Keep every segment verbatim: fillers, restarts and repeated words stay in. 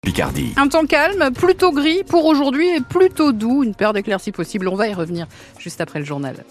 Picardie. Un temps calme, plutôt gris pour aujourd'hui et plutôt doux. Une paire d'éclaircies possible. On va y revenir juste après le journal.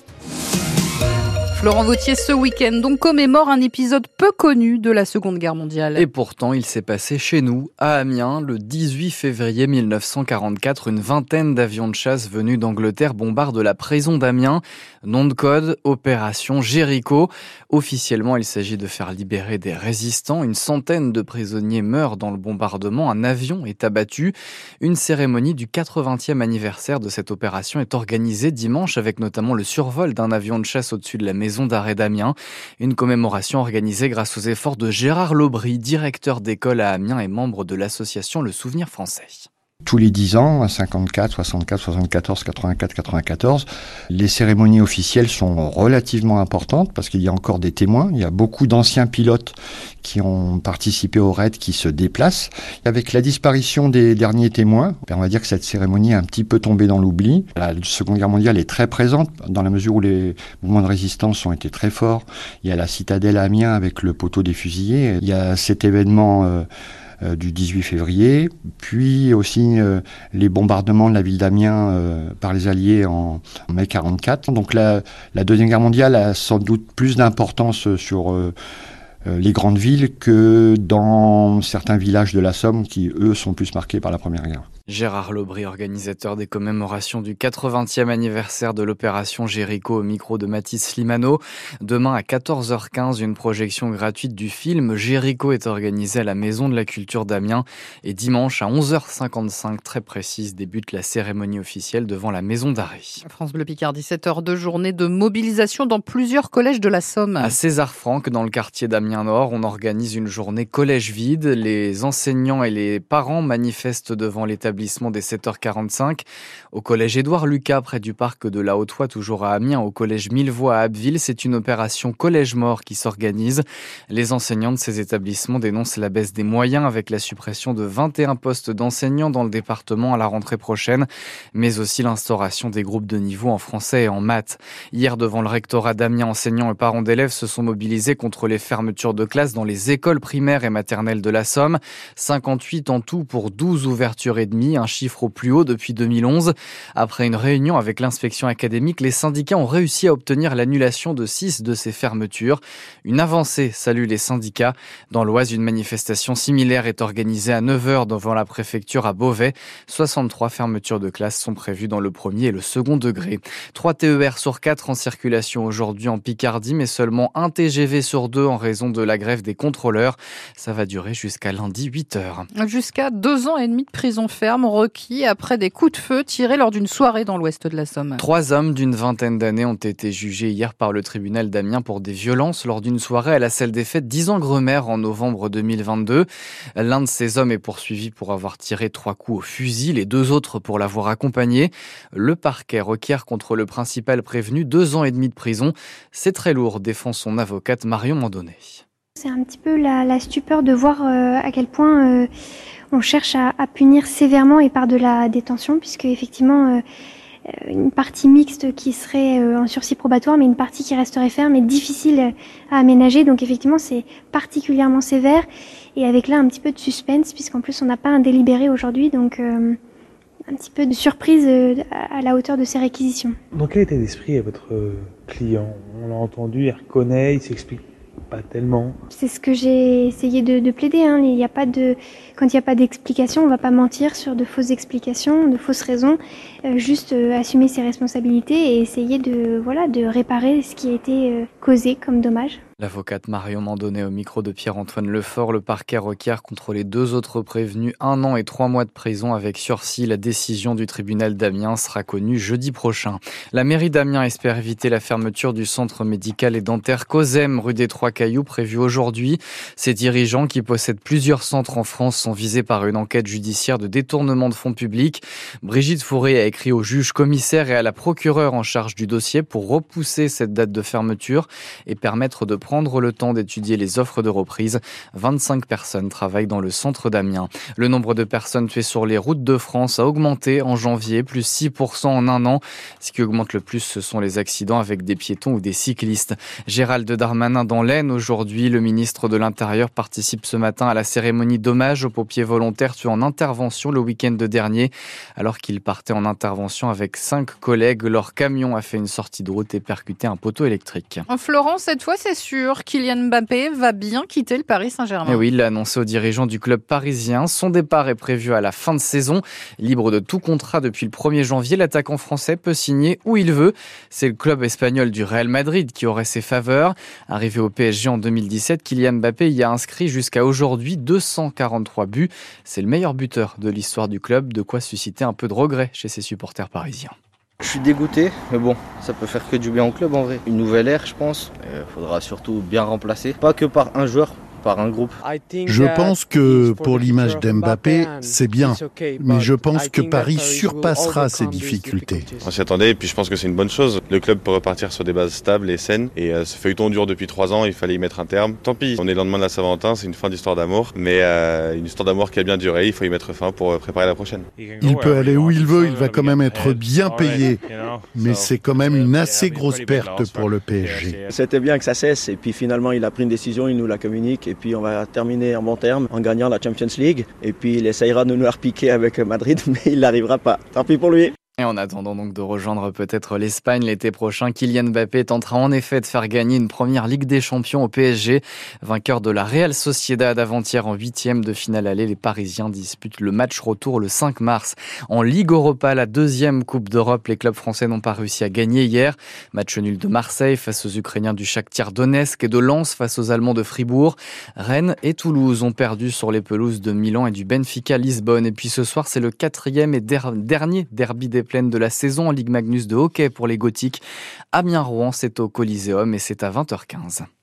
Florent Vauthier, ce week-end, donc, commémore un épisode peu connu de la Seconde Guerre mondiale. Et pourtant, il s'est passé chez nous, à Amiens, le dix-huit février mille neuf cent quarante-quatre. Une vingtaine d'avions de chasse venus d'Angleterre bombardent la prison d'Amiens. Nom de code, Opération Jéricho. Officiellement, il s'agit de faire libérer des résistants. Une centaine de prisonniers meurent dans le bombardement. Un avion est abattu. Une cérémonie du quatre-vingtième anniversaire de cette opération est organisée dimanche avec notamment le survol d'un avion de chasse au-dessus de la maison d'arrêt d'Amiens. Une commémoration organisée grâce aux efforts de Gérard Laubry, directeur d'école à Amiens et membre de l'association Le Souvenir Français. Tous les dix ans, à cinquante-quatre, soixante-quatre, soixante-quatorze, quatre-vingt-quatre, quatre-vingt-quatorze, les cérémonies officielles sont relativement importantes parce qu'il y a encore des témoins. Il y a beaucoup d'anciens pilotes qui ont participé au raid qui se déplacent. Avec la disparition des derniers témoins, on va dire que cette cérémonie est un petit peu tombée dans l'oubli. La Seconde Guerre mondiale est très présente dans la mesure où les mouvements de résistance ont été très forts. Il y a la citadelle à Amiens avec le poteau des fusillés. Il y a cet événement euh, Euh, du dix-huit février, puis aussi euh, les bombardements de la ville d'Amiens euh, par les Alliés en, en mai quarante-quatre. Donc la, la Deuxième Guerre mondiale a sans doute plus d'importance sur euh, euh, les grandes villes que dans certains villages de la Somme qui, eux, sont plus marqués par la Première Guerre. Gérard Laubry, organisateur des commémorations du quatre-vingtième anniversaire de l'opération Jéricho au micro de Mathis Limano. Demain à quatorze heures quinze, une projection gratuite du film Jéricho est organisée à la Maison de la Culture d'Amiens. Et dimanche à onze heures cinquante-cinq, très précise, débute la cérémonie officielle devant la Maison d'arrêt. France Bleu Picardie, sept heures de journée de mobilisation dans plusieurs collèges de la Somme. À César-Franck, dans le quartier d'Amiens-Nord, on organise une journée collège vide. Les enseignants et les parents manifestent devant l'établissement des sept heures quarante-cinq. Au collège Édouard Lucas, près du parc de la Haute-Oie, toujours à Amiens, au collège Millevoie à Abbeville, c'est une opération collège-mort qui s'organise. Les enseignants de ces établissements dénoncent la baisse des moyens avec la suppression de vingt et un postes d'enseignants dans le département à la rentrée prochaine, mais aussi l'instauration des groupes de niveau en français et en maths. Hier, devant le rectorat d'Amiens, enseignants et parents d'élèves se sont mobilisés contre les fermetures de classes dans les écoles primaires et maternelles de la Somme. cinquante-huit en tout pour douze ouvertures et demie, un chiffre au plus haut depuis deux mille onze. Après une réunion avec l'inspection académique, les syndicats ont réussi à obtenir l'annulation de six de ces fermetures. Une avancée, saluent les syndicats. Dans l'Oise, une manifestation similaire est organisée à neuf heures devant la préfecture à Beauvais. soixante-trois fermetures de classes sont prévues dans le premier et le second degré. trois T E R sur quatre en circulation aujourd'hui en Picardie, mais seulement un T G V sur deux en raison de la grève des contrôleurs. Ça va durer jusqu'à lundi huit heures. Jusqu'à deux ans et demi de prison ferme requis après des coups de feu tirés lors d'une soirée dans l'ouest de la Somme. Trois hommes d'une vingtaine d'années ont été jugés hier par le tribunal d'Amiens pour des violences lors d'une soirée à la salle des fêtes d'Isengremer en novembre deux mille vingt-deux. L'un de ces hommes est poursuivi pour avoir tiré trois coups au fusil, les deux autres pour l'avoir accompagné. Le parquet requiert contre le principal prévenu deux ans et demi de prison. C'est très lourd, défend son avocate Marion Mandonnet. C'est un petit peu la, la stupeur de voir euh, à quel point euh, on cherche à, à punir sévèrement et par de la détention, puisque effectivement euh, une partie mixte qui serait euh, en sursis probatoire, mais une partie qui resterait ferme est difficile à aménager. Donc effectivement c'est particulièrement sévère et avec là un petit peu de suspense, puisqu'en plus on n'a pas un délibéré aujourd'hui, donc euh, un petit peu de surprise euh, à la hauteur de ces réquisitions. Dans quel état d'esprit est votre client? On l'a entendu, il reconnaît, il s'explique pas tellement. C'est ce que j'ai essayé de, de plaider. Hein. Il y a pas de, quand il n'y a pas d'explication, on ne va pas mentir sur de fausses explications, de fausses raisons. Euh, juste euh, assumer ses responsabilités et essayer de, voilà, de réparer ce qui a été euh, causé comme dommage. L'avocate Marion Mandonnet au micro de Pierre-Antoine Lefort. Le parquet requiert contre les deux autres prévenus un an et trois mois de prison avec sursis. La décision du tribunal d'Amiens sera connue jeudi prochain. La mairie d'Amiens espère éviter la fermeture du centre médical et dentaire Cosem, rue des Trois Cailloux, prévue aujourd'hui. Ses dirigeants, qui possèdent plusieurs centres en France, sont visés par une enquête judiciaire de détournement de fonds publics. Brigitte Fourré a écrit au juge commissaire et à la procureure en charge du dossier pour repousser cette date de fermeture et permettre de prendre le temps d'étudier les offres de reprise. vingt-cinq personnes travaillent dans le centre d'Amiens. Le nombre de personnes tuées sur les routes de France a augmenté en janvier, plus six pour cent en un an. Ce qui augmente le plus, ce sont les accidents avec des piétons ou des cyclistes. Gérald Darmanin dans l'Aisne aujourd'hui. Le ministre de l'Intérieur participe ce matin à la cérémonie d'hommage aux pompiers volontaires tués en intervention le week-end dernier. Alors qu'ils partaient en intervention avec cinq collègues, leur camion a fait une sortie de route et percuté un poteau électrique. Florent, cette fois c'est sûr, Kylian Mbappé va bien quitter le Paris Saint-Germain. Et oui, il l'a annoncé aux dirigeants du club parisien. Son départ est prévu à la fin de saison. Libre de tout contrat depuis le premier janvier, l'attaquant français peut signer où il veut. C'est le club espagnol du Real Madrid qui aurait ses faveurs. Arrivé au P S G en deux mille dix-sept, Kylian Mbappé y a inscrit jusqu'à aujourd'hui deux cent quarante-trois buts. C'est le meilleur buteur de l'histoire du club, de quoi susciter un peu de regret chez ses supporters parisiens. Je suis dégoûté, mais bon, ça peut faire que du bien au club en vrai. Une nouvelle ère, je pense. Il faudra surtout bien remplacer, pas que par un joueur, par un groupe. Je pense que pour l'image d'Mbappé, c'est bien, mais je pense que Paris surpassera ces difficultés. On s'y attendait et puis je pense que c'est une bonne chose. Le club peut repartir sur des bases stables et saines et euh, ce feuilleton dure depuis trois ans, il fallait y mettre un terme. Tant pis, on est le lendemain de la Saint-Valentin, c'est une fin d'histoire d'amour, mais euh, une histoire d'amour qui a bien duré, il faut y mettre fin pour préparer la prochaine. Il peut aller où il veut, il va quand même être bien payé, mais c'est quand même une assez grosse perte pour le P S G. C'était bien que ça cesse et puis finalement il a pris une décision, il nous la communique. Et puis on va terminer en bon terme en gagnant la Champions League. Et puis il essayera de nous la repiquer avec Madrid, mais il n'arrivera pas. Tant pis pour lui. Et en attendant donc de rejoindre peut-être l'Espagne l'été prochain, Kylian Mbappé tentera en effet de faire gagner une première Ligue des Champions au P S G. Vainqueur de la Real Sociedad avant-hier en huitième de finale aller, les Parisiens disputent le match retour le cinq mars. En Ligue Europa, la deuxième Coupe d'Europe, les clubs français n'ont pas réussi à gagner hier. Match nul de Marseille face aux Ukrainiens du Shakhtar Donetsk et de Lens face aux Allemands de Fribourg. Rennes et Toulouse ont perdu sur les pelouses de Milan et du Benfica Lisbonne. Et puis ce soir, c'est le quatrième et der- dernier derby des Plaines de la saison en Ligue Magnus de hockey pour les Gothiques. Amiens-Rouen, c'est au Coliseum et c'est à vingt heures quinze.